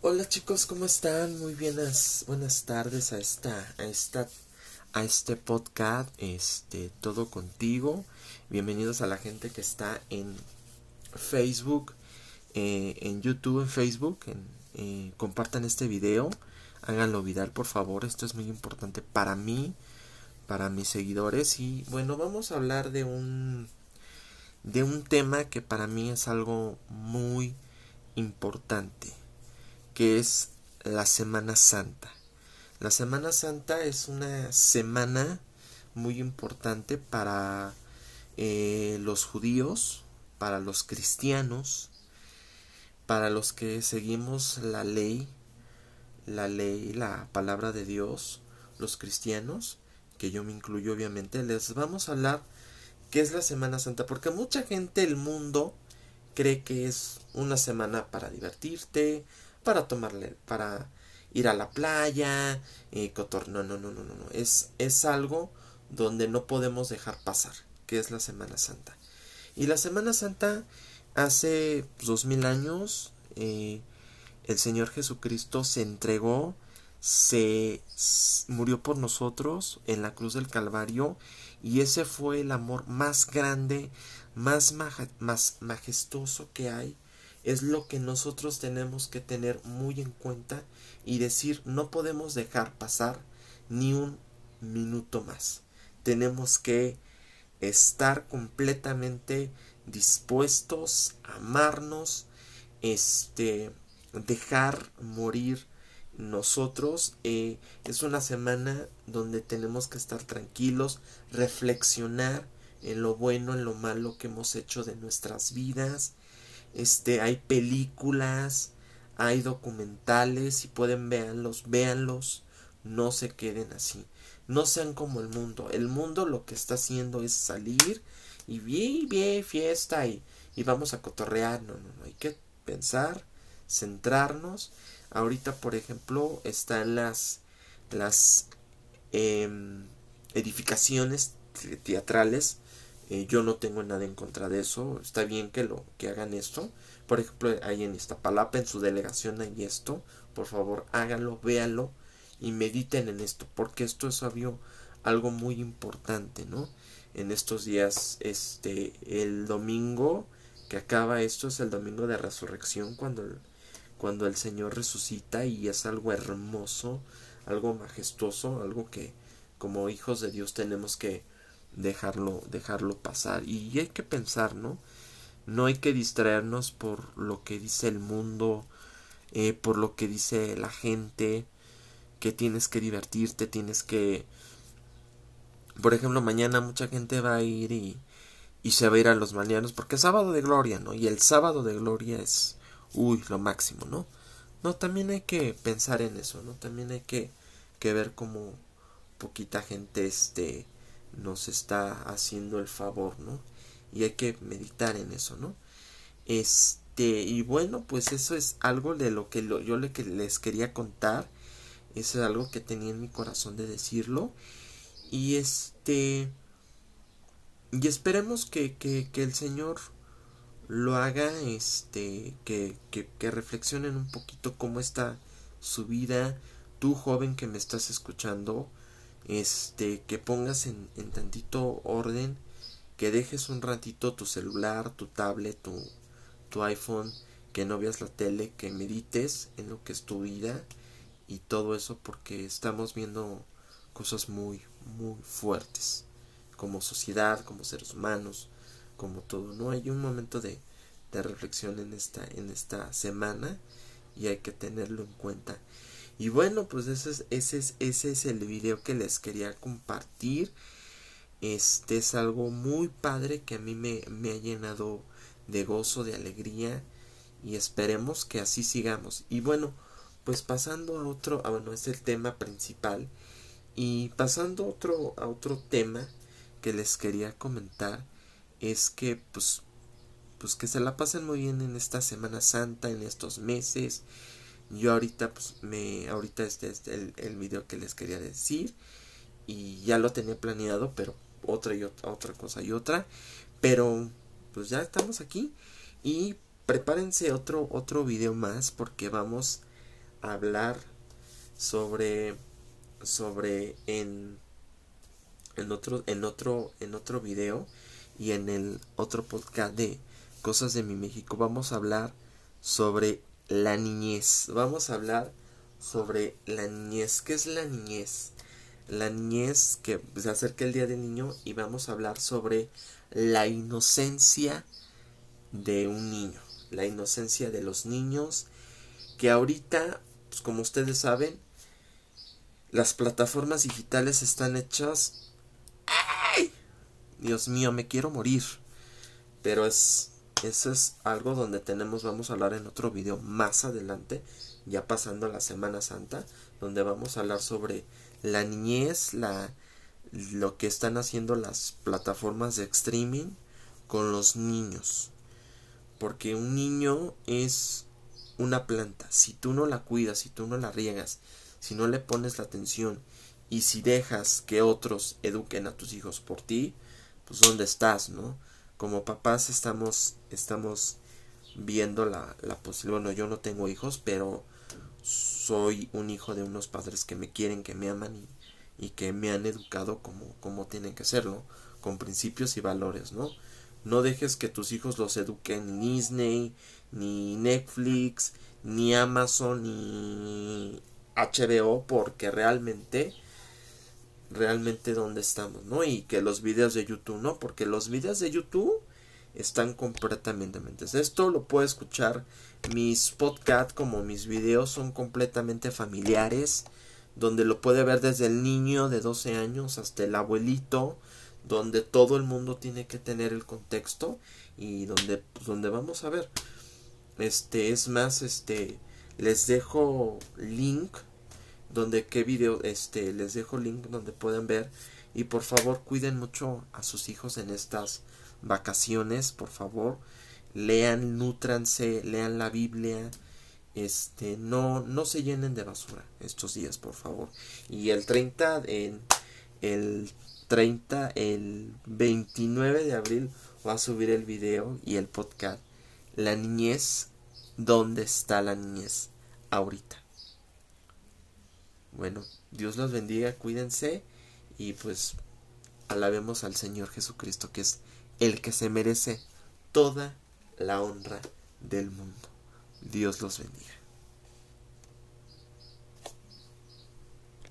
Hola chicos, ¿cómo están? Muy buenas tardes a este podcast, todo contigo. Bienvenidos a la gente que está en Facebook, en YouTube, en Facebook. Compartan este video, háganlo viral por favor. Esto es muy importante para mí, para mis seguidores. Y bueno, vamos a hablar de un tema que para mí es algo muy importante, que es la Semana Santa. La Semana Santa es una semana muy importante para los judíos, para los cristianos, para los que seguimos la palabra de Dios, los cristianos, que yo me incluyo obviamente. Les vamos a hablar qué es la Semana Santa, porque mucha gente del mundo cree que es una semana para divertirte, para ir a la playa, no. Es algo donde no podemos dejar pasar, que es la Semana Santa. Y la Semana Santa, hace 2000 años, el Señor Jesucristo se entregó, murió por nosotros en la cruz del Calvario, y ese fue el amor más grande, más majestuoso que hay. Es lo que nosotros tenemos que tener muy en cuenta y decir: no podemos dejar pasar ni un minuto más. Tenemos que estar completamente dispuestos a amarnos, dejar morir nosotros. Es una semana donde tenemos que estar tranquilos, reflexionar en lo bueno, en lo malo que hemos hecho de nuestras vidas. Hay películas, hay documentales, si pueden véanlos, no se queden así, no sean como el mundo lo que está haciendo es salir y bien fiesta y vamos a cotorrear. No, hay que pensar, centrarnos. Ahorita, por ejemplo, están las edificaciones teatrales. Yo no tengo nada en contra de eso. Está bien que hagan esto. Por ejemplo, ahí en Iztapalapa, en su delegación, hay esto. Por favor, háganlo, véanlo y mediten en esto, porque esto es algo muy importante, ¿no? En estos días, el domingo que acaba, esto es el domingo de resurrección, cuando el Señor resucita, y es algo hermoso, algo majestuoso, algo que como hijos de Dios tenemos que dejarlo pasar. Y hay que pensar, ¿no? No hay que distraernos por lo que dice el mundo, por lo que dice la gente, que tienes que divertirte, por ejemplo, mañana mucha gente va a ir y se va a ir a los balnearios porque es sábado de gloria, ¿no? Y el sábado de gloria es, lo máximo, ¿no? No, también hay que pensar en eso, ¿no? También hay que ver cómo poquita gente nos está haciendo el favor, ¿no? Y hay que meditar en eso, ¿no? Y bueno, pues eso es algo de lo que que les quería contar. Eso es algo que tenía en mi corazón de decirlo. Y y esperemos que el Señor lo haga, que reflexionen un poquito cómo está su vida. Tú, joven que me estás escuchando, que pongas en tantito orden, que dejes un ratito tu celular, tu tablet, tu iPhone, que no veas la tele, que medites en lo que es tu vida y todo eso, porque estamos viendo cosas muy fuertes como sociedad, como seres humanos, como todo. No hay un momento de reflexión en esta semana, y hay que tenerlo en cuenta. Y bueno, pues ese es el video que les quería compartir. Es algo muy padre que a mí me ha llenado de gozo, de alegría, y esperemos que así sigamos. Y bueno, pues pasando a otro, bueno, es el tema principal, y pasando a otro tema que les quería comentar, es que pues que se la pasen muy bien en esta Semana Santa, en estos meses. Yo ahorita ahorita este es el video que les quería decir, y ya lo tenía planeado, pero otra cosa y otra, pero pues ya estamos aquí, y prepárense otro video más, porque vamos hablar sobre en otro video y en el otro podcast de Cosas de mi México. Vamos a hablar sobre la niñez. Vamos a hablar sobre la niñez. ¿Qué es la niñez? La niñez, que se acerca el Día del Niño, y vamos a hablar sobre la inocencia de un niño, la inocencia de los niños, que ahorita, pues como ustedes saben, las plataformas digitales están hechas... ¡Ay! Dios mío, me quiero morir. Pero eso es algo donde vamos a hablar en otro video más adelante, ya pasando la Semana Santa, donde vamos a hablar sobre la niñez, lo que están haciendo las plataformas de streaming con los niños. Porque un niño es una planta. Si tú no la cuidas, si tú no la riegas, si no le pones la atención y si dejas que otros eduquen a tus hijos por ti, pues ¿dónde estás, no? Como papás estamos viendo la posibilidad. Bueno, yo no tengo hijos, pero soy un hijo de unos padres que me quieren, que me aman y que me han educado como tienen que serlo, con principios y valores, ¿no? No dejes que tus hijos los eduquen ni Disney, ni Netflix, ni Amazon, ni HBO, porque realmente dónde estamos, ¿no? Y que los videos de YouTube, ¿no? Porque los videos de YouTube están completamente mentes. Esto lo puedo escuchar. Mis podcasts como mis videos son completamente familiares, donde lo puede ver desde el niño de 12 años hasta el abuelito, donde todo el mundo tiene que tener el contexto y donde vamos a ver. Es más, les dejo link donde qué video, les dejo link donde pueden ver. Y por favor cuiden mucho a sus hijos en estas vacaciones, por favor. Lean, nútranse, lean la Biblia. No se llenen de basura estos días, por favor. Y el 29 de abril voy a subir el video y el podcast. La niñez, ¿dónde está la niñez ahorita? Bueno, Dios los bendiga, cuídense y pues alabemos al Señor Jesucristo, que es el que se merece toda la honra del mundo. Dios los bendiga.